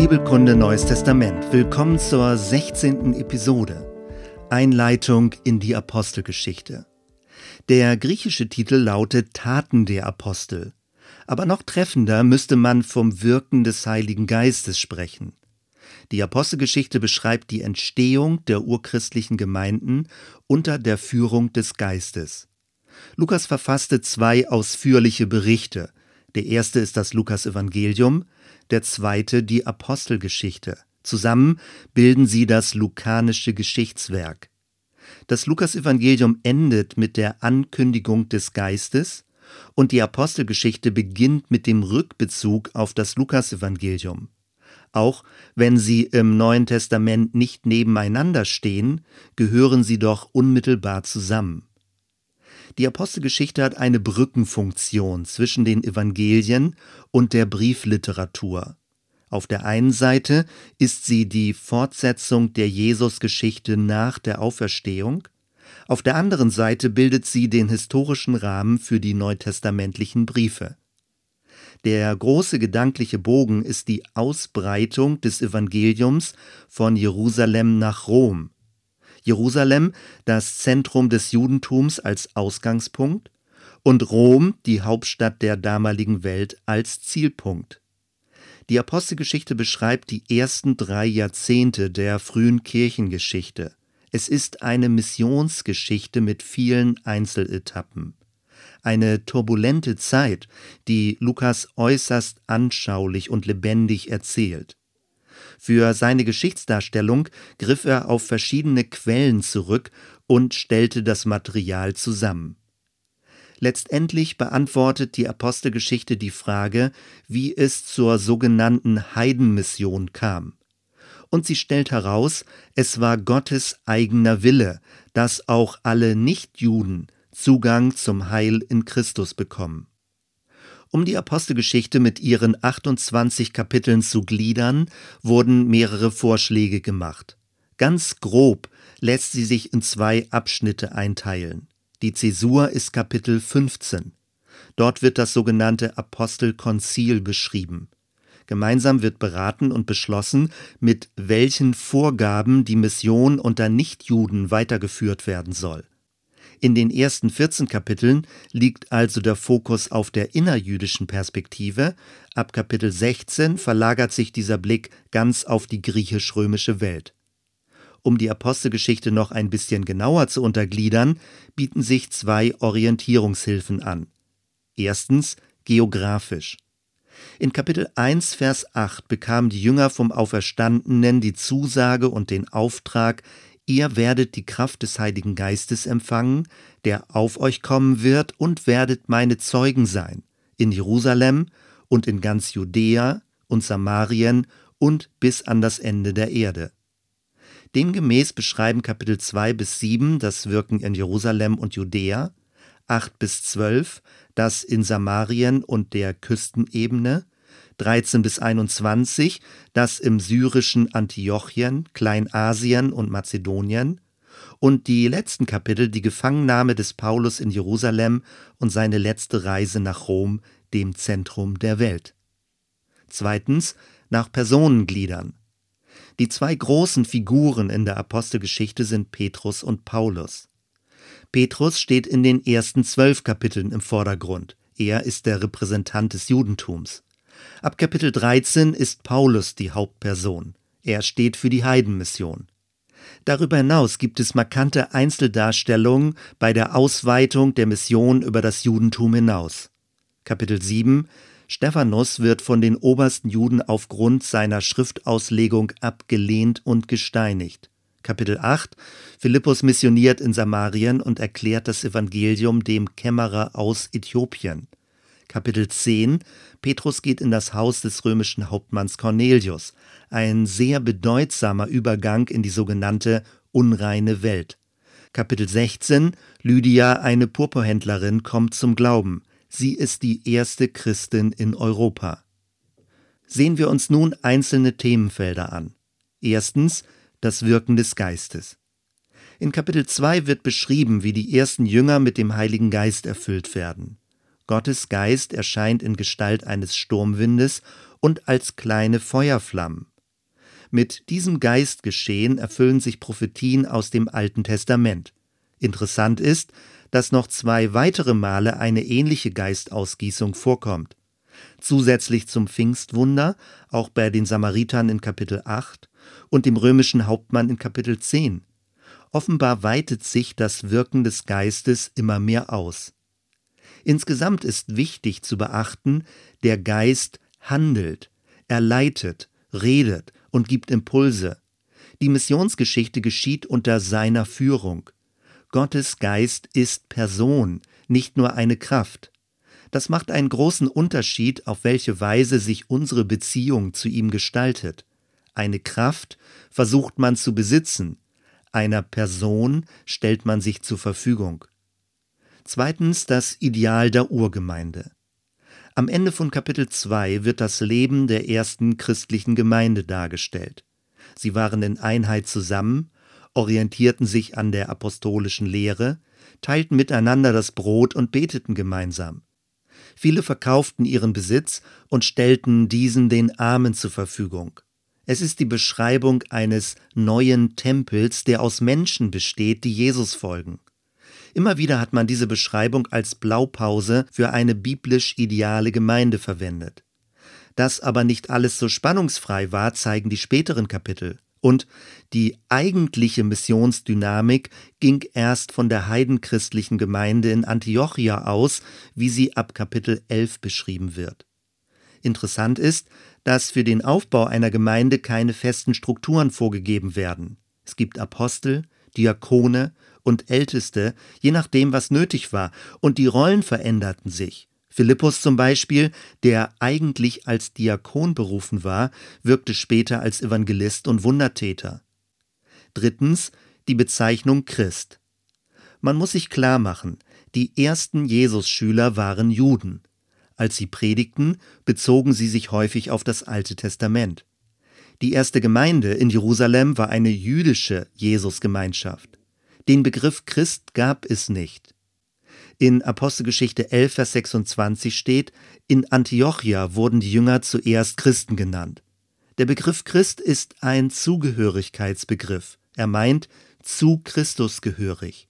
Bibelkunde Neues Testament. Willkommen zur 16. Episode. Einleitung in die Apostelgeschichte. Der griechische Titel lautet Taten der Apostel. Aber noch treffender müsste man vom Wirken des Heiligen Geistes sprechen. Die Apostelgeschichte beschreibt die Entstehung der urchristlichen Gemeinden unter der Führung des Geistes. Lukas verfasste 2 ausführliche Berichte. Der erste ist das Lukas-Evangelium, der zweite die Apostelgeschichte. Zusammen bilden sie das lukanische Geschichtswerk. Das Lukas-Evangelium endet mit der Ankündigung des Geistes und die Apostelgeschichte beginnt mit dem Rückbezug auf das Lukas-Evangelium. Auch wenn sie im Neuen Testament nicht nebeneinander stehen, gehören sie doch unmittelbar zusammen. Die Apostelgeschichte hat eine Brückenfunktion zwischen den Evangelien und der Briefliteratur. Auf der einen Seite ist sie die Fortsetzung der Jesusgeschichte nach der Auferstehung, auf der anderen Seite bildet sie den historischen Rahmen für die neutestamentlichen Briefe. Der große gedankliche Bogen ist die Ausbreitung des Evangeliums von Jerusalem nach Rom. Jerusalem, das Zentrum des Judentums als Ausgangspunkt, und Rom, die Hauptstadt der damaligen Welt, als Zielpunkt. Die Apostelgeschichte beschreibt die ersten 3 Jahrzehnte der frühen Kirchengeschichte. Es ist eine Missionsgeschichte mit vielen Einzeletappen. Eine turbulente Zeit, die Lukas äußerst anschaulich und lebendig erzählt. Für seine Geschichtsdarstellung griff er auf verschiedene Quellen zurück und stellte das Material zusammen. Letztendlich beantwortet die Apostelgeschichte die Frage, wie es zur sogenannten Heidenmission kam. Und sie stellt heraus, es war Gottes eigener Wille, dass auch alle Nichtjuden Zugang zum Heil in Christus bekommen. Um die Apostelgeschichte mit ihren 28 Kapiteln zu gliedern, wurden mehrere Vorschläge gemacht. Ganz grob lässt sie sich in 2 Abschnitte einteilen. Die Zäsur ist Kapitel 15. Dort wird das sogenannte Apostelkonzil beschrieben. Gemeinsam wird beraten und beschlossen, mit welchen Vorgaben die Mission unter Nichtjuden weitergeführt werden soll. In den ersten 14 Kapiteln liegt also der Fokus auf der innerjüdischen Perspektive. Ab Kapitel 16 verlagert sich dieser Blick ganz auf die griechisch-römische Welt. Um die Apostelgeschichte noch ein bisschen genauer zu untergliedern, bieten sich 2 Orientierungshilfen an. Erstens geografisch. In Kapitel 1, Vers 8 bekamen die Jünger vom Auferstandenen die Zusage und den Auftrag: Ihr werdet die Kraft des Heiligen Geistes empfangen, der auf euch kommen wird, und werdet meine Zeugen sein, in Jerusalem und in ganz Judäa und Samarien und bis an das Ende der Erde. Demgemäß beschreiben Kapitel 2 bis 7 das Wirken in Jerusalem und Judäa, 8 bis 12 das in Samarien und der Küstenebene, 13 bis 21 das im syrischen Antiochien, Kleinasien und Mazedonien und die letzten Kapitel die Gefangennahme des Paulus in Jerusalem und seine letzte Reise nach Rom, dem Zentrum der Welt. Zweitens, nach Personengliedern. Die 2 großen Figuren in der Apostelgeschichte sind Petrus und Paulus. Petrus steht in den ersten 12 Kapiteln im Vordergrund. Er ist der Repräsentant des Judentums. Ab Kapitel 13 ist Paulus die Hauptperson. Er steht für die Heidenmission. Darüber hinaus gibt es markante Einzeldarstellungen bei der Ausweitung der Mission über das Judentum hinaus. Kapitel 7: Stephanus wird von den obersten Juden aufgrund seiner Schriftauslegung abgelehnt und gesteinigt. Kapitel 8: Philippus missioniert in Samarien und erklärt das Evangelium dem Kämmerer aus Äthiopien. Kapitel 10: Petrus geht in das Haus des römischen Hauptmanns Cornelius. Ein sehr bedeutsamer Übergang in die sogenannte unreine Welt. Kapitel 16: Lydia, eine Purpurhändlerin, kommt zum Glauben. Sie ist die erste Christin in Europa. Sehen wir uns nun einzelne Themenfelder an. Erstens, das Wirken des Geistes. In Kapitel 2 wird beschrieben, wie die ersten Jünger mit dem Heiligen Geist erfüllt werden. Gottes Geist erscheint in Gestalt eines Sturmwindes und als kleine Feuerflammen. Mit diesem Geistgeschehen erfüllen sich Prophetien aus dem Alten Testament. Interessant ist, dass noch 2 weitere Male eine ähnliche Geistausgießung vorkommt. Zusätzlich zum Pfingstwunder, auch bei den Samaritern in Kapitel 8 und dem römischen Hauptmann in Kapitel 10. Offenbar weitet sich das Wirken des Geistes immer mehr aus. Insgesamt ist wichtig zu beachten, der Geist handelt, er leitet, redet und gibt Impulse. Die Missionsgeschichte geschieht unter seiner Führung. Gottes Geist ist Person, nicht nur eine Kraft. Das macht einen großen Unterschied, auf welche Weise sich unsere Beziehung zu ihm gestaltet. Eine Kraft versucht man zu besitzen, einer Person stellt man sich zur Verfügung. Zweitens das Ideal der Urgemeinde. Am Ende von Kapitel 2 wird das Leben der ersten christlichen Gemeinde dargestellt. Sie waren in Einheit zusammen, orientierten sich an der apostolischen Lehre, teilten miteinander das Brot und beteten gemeinsam. Viele verkauften ihren Besitz und stellten diesen den Armen zur Verfügung. Es ist die Beschreibung eines neuen Tempels, der aus Menschen besteht, die Jesus folgen. Immer wieder hat man diese Beschreibung als Blaupause für eine biblisch ideale Gemeinde verwendet. Dass aber nicht alles so spannungsfrei war, zeigen die späteren Kapitel. Und die eigentliche Missionsdynamik ging erst von der heidenchristlichen Gemeinde in Antiochia aus, wie sie ab Kapitel 11 beschrieben wird. Interessant ist, dass für den Aufbau einer Gemeinde keine festen Strukturen vorgegeben werden. Es gibt Apostel, Diakone und Älteste, je nachdem, was nötig war, und die Rollen veränderten sich. Philippus zum Beispiel, der eigentlich als Diakon berufen war, wirkte später als Evangelist und Wundertäter. Drittens, die Bezeichnung Christ. Man muss sich klar machen, die ersten Jesus-Schüler waren Juden. Als sie predigten, bezogen sie sich häufig auf das Alte Testament. Die erste Gemeinde in Jerusalem war eine jüdische Jesusgemeinschaft. Den Begriff Christ gab es nicht. In Apostelgeschichte 11, Vers 26 steht, in Antiochia wurden die Jünger zuerst Christen genannt. Der Begriff Christ ist ein Zugehörigkeitsbegriff. Er meint, zu Christus gehörig.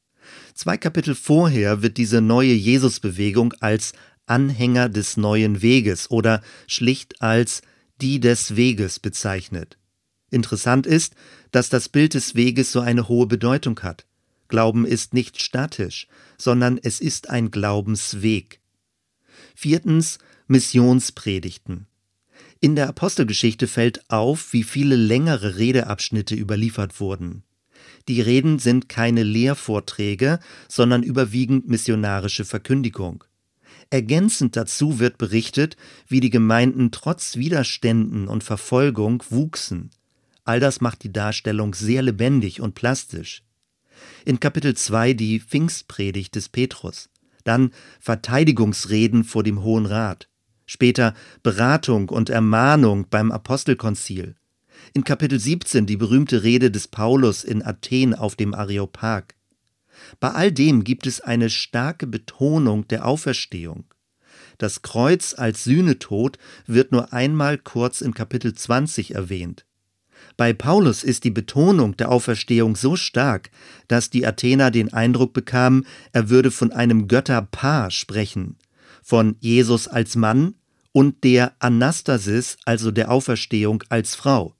2 Kapitel vorher wird diese neue Jesusbewegung als Anhänger des neuen Weges oder schlicht als die des Weges bezeichnet. Interessant ist, dass das Bild des Weges so eine hohe Bedeutung hat. Glauben ist nicht statisch, sondern es ist ein Glaubensweg. Viertens, Missionspredigten. In der Apostelgeschichte fällt auf, wie viele längere Redeabschnitte überliefert wurden. Die Reden sind keine Lehrvorträge, sondern überwiegend missionarische Verkündigung. Ergänzend dazu wird berichtet, wie die Gemeinden trotz Widerständen und Verfolgung wuchsen. All das macht die Darstellung sehr lebendig und plastisch. In Kapitel 2 die Pfingstpredigt des Petrus, dann Verteidigungsreden vor dem Hohen Rat, später Beratung und Ermahnung beim Apostelkonzil. In Kapitel 17 die berühmte Rede des Paulus in Athen auf dem Areopag. Bei all dem gibt es eine starke Betonung der Auferstehung. Das Kreuz als Sühnetod wird nur einmal kurz in Kapitel 20 erwähnt. Bei Paulus ist die Betonung der Auferstehung so stark, dass die Athener den Eindruck bekamen, er würde von einem Götterpaar sprechen, von Jesus als Mann und der Anastasis, also der Auferstehung als Frau.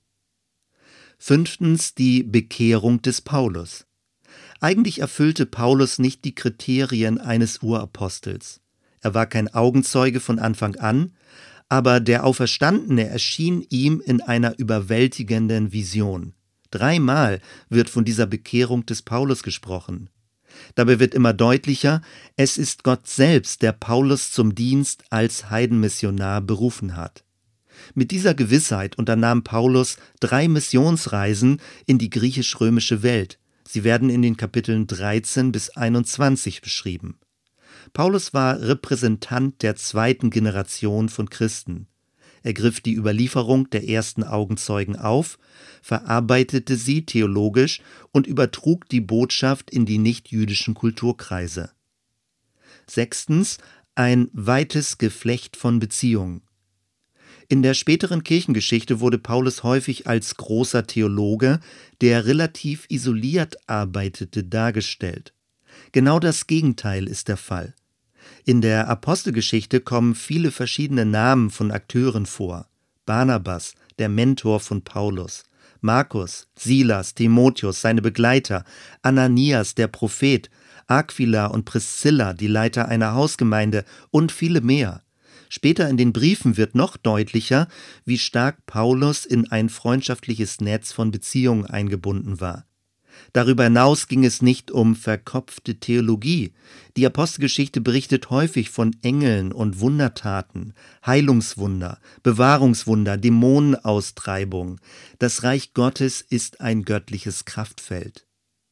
Fünftens die Bekehrung des Paulus. Eigentlich erfüllte Paulus nicht die Kriterien eines Urapostels. Er war kein Augenzeuge von Anfang an, aber der Auferstandene erschien ihm in einer überwältigenden Vision. 3-mal wird von dieser Bekehrung des Paulus gesprochen. Dabei wird immer deutlicher, es ist Gott selbst, der Paulus zum Dienst als Heidenmissionar berufen hat. Mit dieser Gewissheit unternahm Paulus 3 Missionsreisen in die griechisch-römische Welt. Sie werden in den Kapiteln 13 bis 21 beschrieben. Paulus war Repräsentant der 2. Generation von Christen. Er griff die Überlieferung der ersten Augenzeugen auf, verarbeitete sie theologisch und übertrug die Botschaft in die nichtjüdischen Kulturkreise. 6. Ein weites Geflecht von Beziehungen. In der späteren Kirchengeschichte wurde Paulus häufig als großer Theologe, der relativ isoliert arbeitete, dargestellt. Genau das Gegenteil ist der Fall. In der Apostelgeschichte kommen viele verschiedene Namen von Akteuren vor. Barnabas, der Mentor von Paulus, Markus, Silas, Timotheus, seine Begleiter, Ananias, der Prophet, Aquila und Priscilla, die Leiter einer Hausgemeinde und viele mehr. Später in den Briefen wird noch deutlicher, wie stark Paulus in ein freundschaftliches Netz von Beziehungen eingebunden war. Darüber hinaus ging es nicht um verkopfte Theologie. Die Apostelgeschichte berichtet häufig von Engeln und Wundertaten, Heilungswunder, Bewahrungswunder, Dämonenaustreibung. Das Reich Gottes ist ein göttliches Kraftfeld.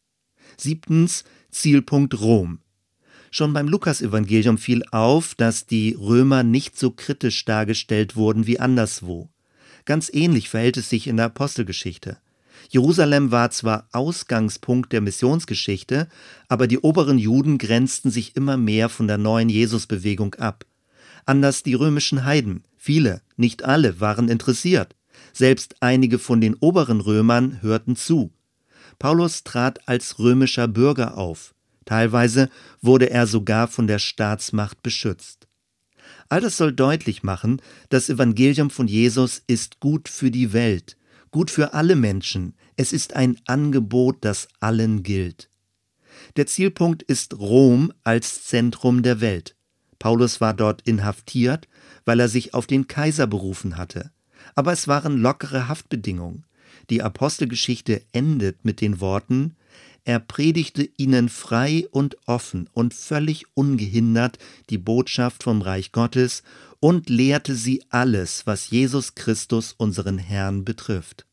7. Zielpunkt Rom. Schon beim Lukasevangelium fiel auf, dass die Römer nicht so kritisch dargestellt wurden wie anderswo. Ganz ähnlich verhält es sich in der Apostelgeschichte. Jerusalem war zwar Ausgangspunkt der Missionsgeschichte, aber die oberen Juden grenzten sich immer mehr von der neuen Jesusbewegung ab. Anders die römischen Heiden. Viele, nicht alle, waren interessiert. Selbst einige von den oberen Römern hörten zu. Paulus trat als römischer Bürger auf. Teilweise wurde er sogar von der Staatsmacht beschützt. All das soll deutlich machen, das Evangelium von Jesus ist gut für die Welt, gut für alle Menschen. Es ist ein Angebot, das allen gilt. Der Zielpunkt ist Rom als Zentrum der Welt. Paulus war dort inhaftiert, weil er sich auf den Kaiser berufen hatte. Aber es waren lockere Haftbedingungen. Die Apostelgeschichte endet mit den Worten: Er predigte ihnen frei und offen und völlig ungehindert die Botschaft vom Reich Gottes und lehrte sie alles, was Jesus Christus, unseren Herrn, betrifft.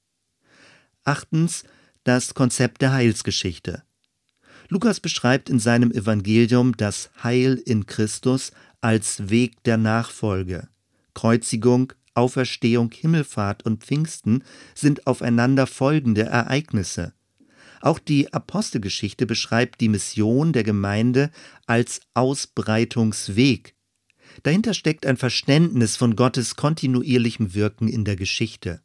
8. Das Konzept der Heilsgeschichte. Lukas beschreibt in seinem Evangelium das Heil in Christus als Weg der Nachfolge. Kreuzigung, Auferstehung, Himmelfahrt und Pfingsten sind aufeinander folgende Ereignisse. Auch die Apostelgeschichte beschreibt die Mission der Gemeinde als Ausbreitungsweg. Dahinter steckt ein Verständnis von Gottes kontinuierlichem Wirken in der Geschichte.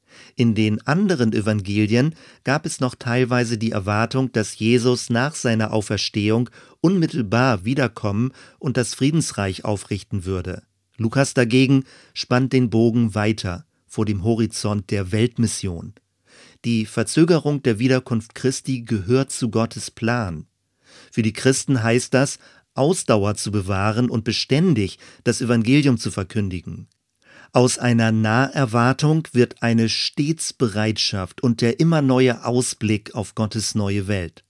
In den anderen Evangelien gab es noch teilweise die Erwartung, dass Jesus nach seiner Auferstehung unmittelbar wiederkommen und das Friedensreich aufrichten würde. Lukas dagegen spannt den Bogen weiter vor dem Horizont der Weltmission. Die Verzögerung der Wiederkunft Christi gehört zu Gottes Plan. Für die Christen heißt das, Ausdauer zu bewahren und beständig das Evangelium zu verkündigen. Aus einer Naherwartung wird eine Stetsbereitschaft und der immer neue Ausblick auf Gottes neue Welt.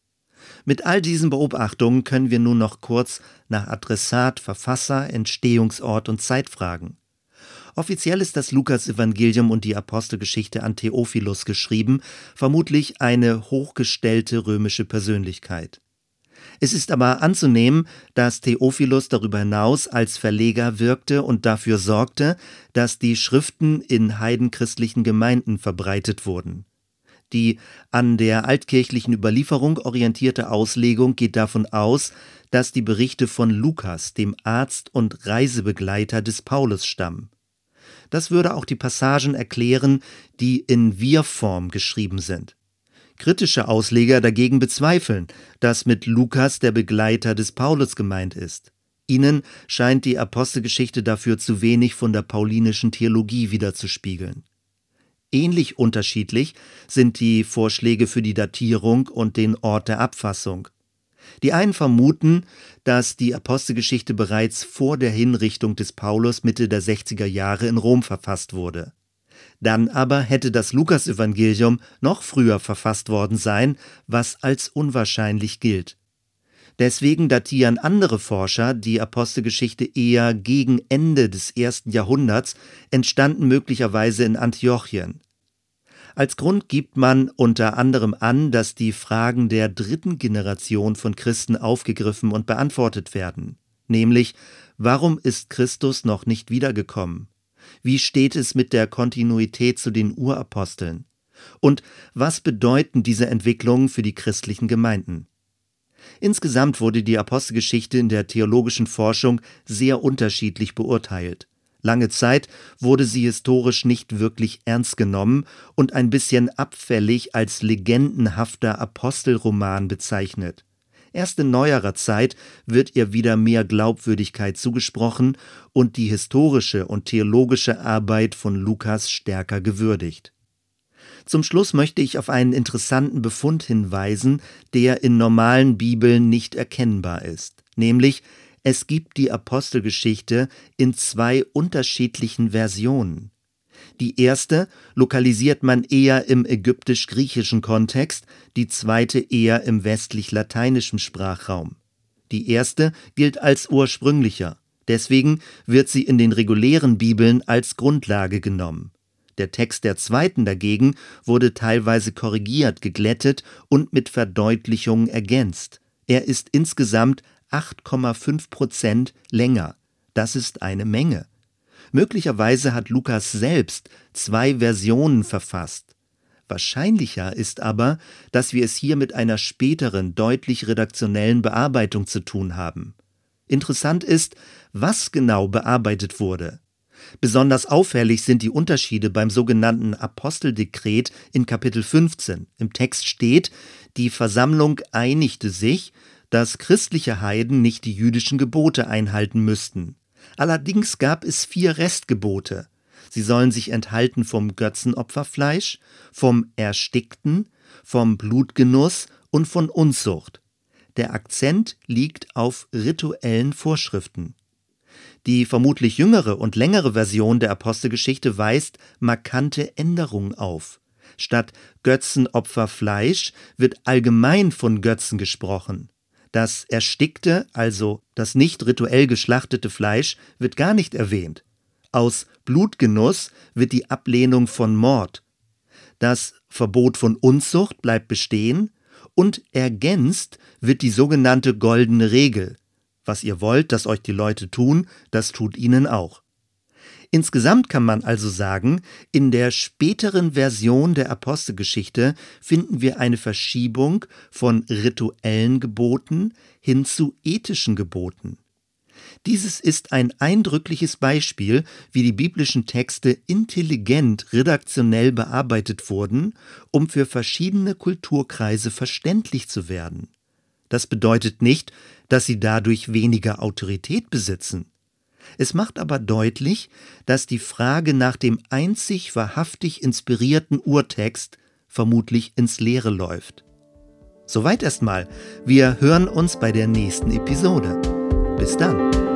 Mit all diesen Beobachtungen können wir nun noch kurz nach Adressat, Verfasser, Entstehungsort und Zeit fragen. Offiziell ist das Lukas-Evangelium und die Apostelgeschichte an Theophilus geschrieben, vermutlich eine hochgestellte römische Persönlichkeit. Es ist aber anzunehmen, dass Theophilus darüber hinaus als Verleger wirkte und dafür sorgte, dass die Schriften in heidenchristlichen Gemeinden verbreitet wurden. Die an der altkirchlichen Überlieferung orientierte Auslegung geht davon aus, dass die Berichte von Lukas, dem Arzt und Reisebegleiter des Paulus, stammen. Das würde auch die Passagen erklären, die in Wir-Form geschrieben sind. Kritische Ausleger dagegen bezweifeln, dass mit Lukas der Begleiter des Paulus gemeint ist. Ihnen scheint die Apostelgeschichte dafür zu wenig von der paulinischen Theologie widerzuspiegeln. Ähnlich unterschiedlich sind die Vorschläge für die Datierung und den Ort der Abfassung. Die einen vermuten, dass die Apostelgeschichte bereits vor der Hinrichtung des Paulus Mitte der 60er Jahre in Rom verfasst wurde. Dann aber hätte das Lukas-Evangelium noch früher verfasst worden sein, was als unwahrscheinlich gilt. Deswegen datieren andere Forscher die Apostelgeschichte eher gegen Ende des 1. Jahrhunderts, entstanden möglicherweise in Antiochien. Als Grund gibt man unter anderem an, dass die Fragen der dritten Generation von Christen aufgegriffen und beantwortet werden, nämlich: Warum ist Christus noch nicht wiedergekommen? Wie steht es mit der Kontinuität zu den Uraposteln? Und was bedeuten diese Entwicklungen für die christlichen Gemeinden? Insgesamt wurde die Apostelgeschichte in der theologischen Forschung sehr unterschiedlich beurteilt. Lange Zeit wurde sie historisch nicht wirklich ernst genommen und ein bisschen abfällig als legendenhafter Apostelroman bezeichnet. Erst in neuerer Zeit wird ihr wieder mehr Glaubwürdigkeit zugesprochen und die historische und theologische Arbeit von Lukas stärker gewürdigt. Zum Schluss möchte ich auf einen interessanten Befund hinweisen, der in normalen Bibeln nicht erkennbar ist, nämlich es gibt die Apostelgeschichte in 2 unterschiedlichen Versionen. Die erste lokalisiert man eher im ägyptisch-griechischen Kontext, die zweite eher im westlich-lateinischen Sprachraum. Die erste gilt als ursprünglicher, deswegen wird sie in den regulären Bibeln als Grundlage genommen. Der Text der zweiten dagegen wurde teilweise korrigiert, geglättet und mit Verdeutlichungen ergänzt. Er ist insgesamt 8,5% länger. Das ist eine Menge. Möglicherweise hat Lukas selbst 2 Versionen verfasst. Wahrscheinlicher ist aber, dass wir es hier mit einer späteren, deutlich redaktionellen Bearbeitung zu tun haben. Interessant ist, was genau bearbeitet wurde. Besonders auffällig sind die Unterschiede beim sogenannten Aposteldekret in Kapitel 15. Im Text steht, die Versammlung einigte sich, dass christliche Heiden nicht die jüdischen Gebote einhalten müssten. Allerdings gab es 4 Restgebote. Sie sollen sich enthalten vom Götzenopferfleisch, vom Erstickten, vom Blutgenuss und von Unzucht. Der Akzent liegt auf rituellen Vorschriften. Die vermutlich jüngere und längere Version der Apostelgeschichte weist markante Änderungen auf. Statt Götzenopferfleisch wird allgemein von Götzen gesprochen. Das erstickte, also das nicht rituell geschlachtete Fleisch, wird gar nicht erwähnt. Aus Blutgenuss wird die Ablehnung von Mord. Das Verbot von Unzucht bleibt bestehen und ergänzt wird die sogenannte goldene Regel. Was ihr wollt, dass euch die Leute tun, das tut ihnen auch. Insgesamt kann man also sagen, in der späteren Version der Apostelgeschichte finden wir eine Verschiebung von rituellen Geboten hin zu ethischen Geboten. Dieses ist ein eindrückliches Beispiel, wie die biblischen Texte intelligent redaktionell bearbeitet wurden, um für verschiedene Kulturkreise verständlich zu werden. Das bedeutet nicht, dass sie dadurch weniger Autorität besitzen. Es macht aber deutlich, dass die Frage nach dem einzig wahrhaftig inspirierten Urtext vermutlich ins Leere läuft. Soweit erstmal. Wir hören uns bei der nächsten Episode. Bis dann.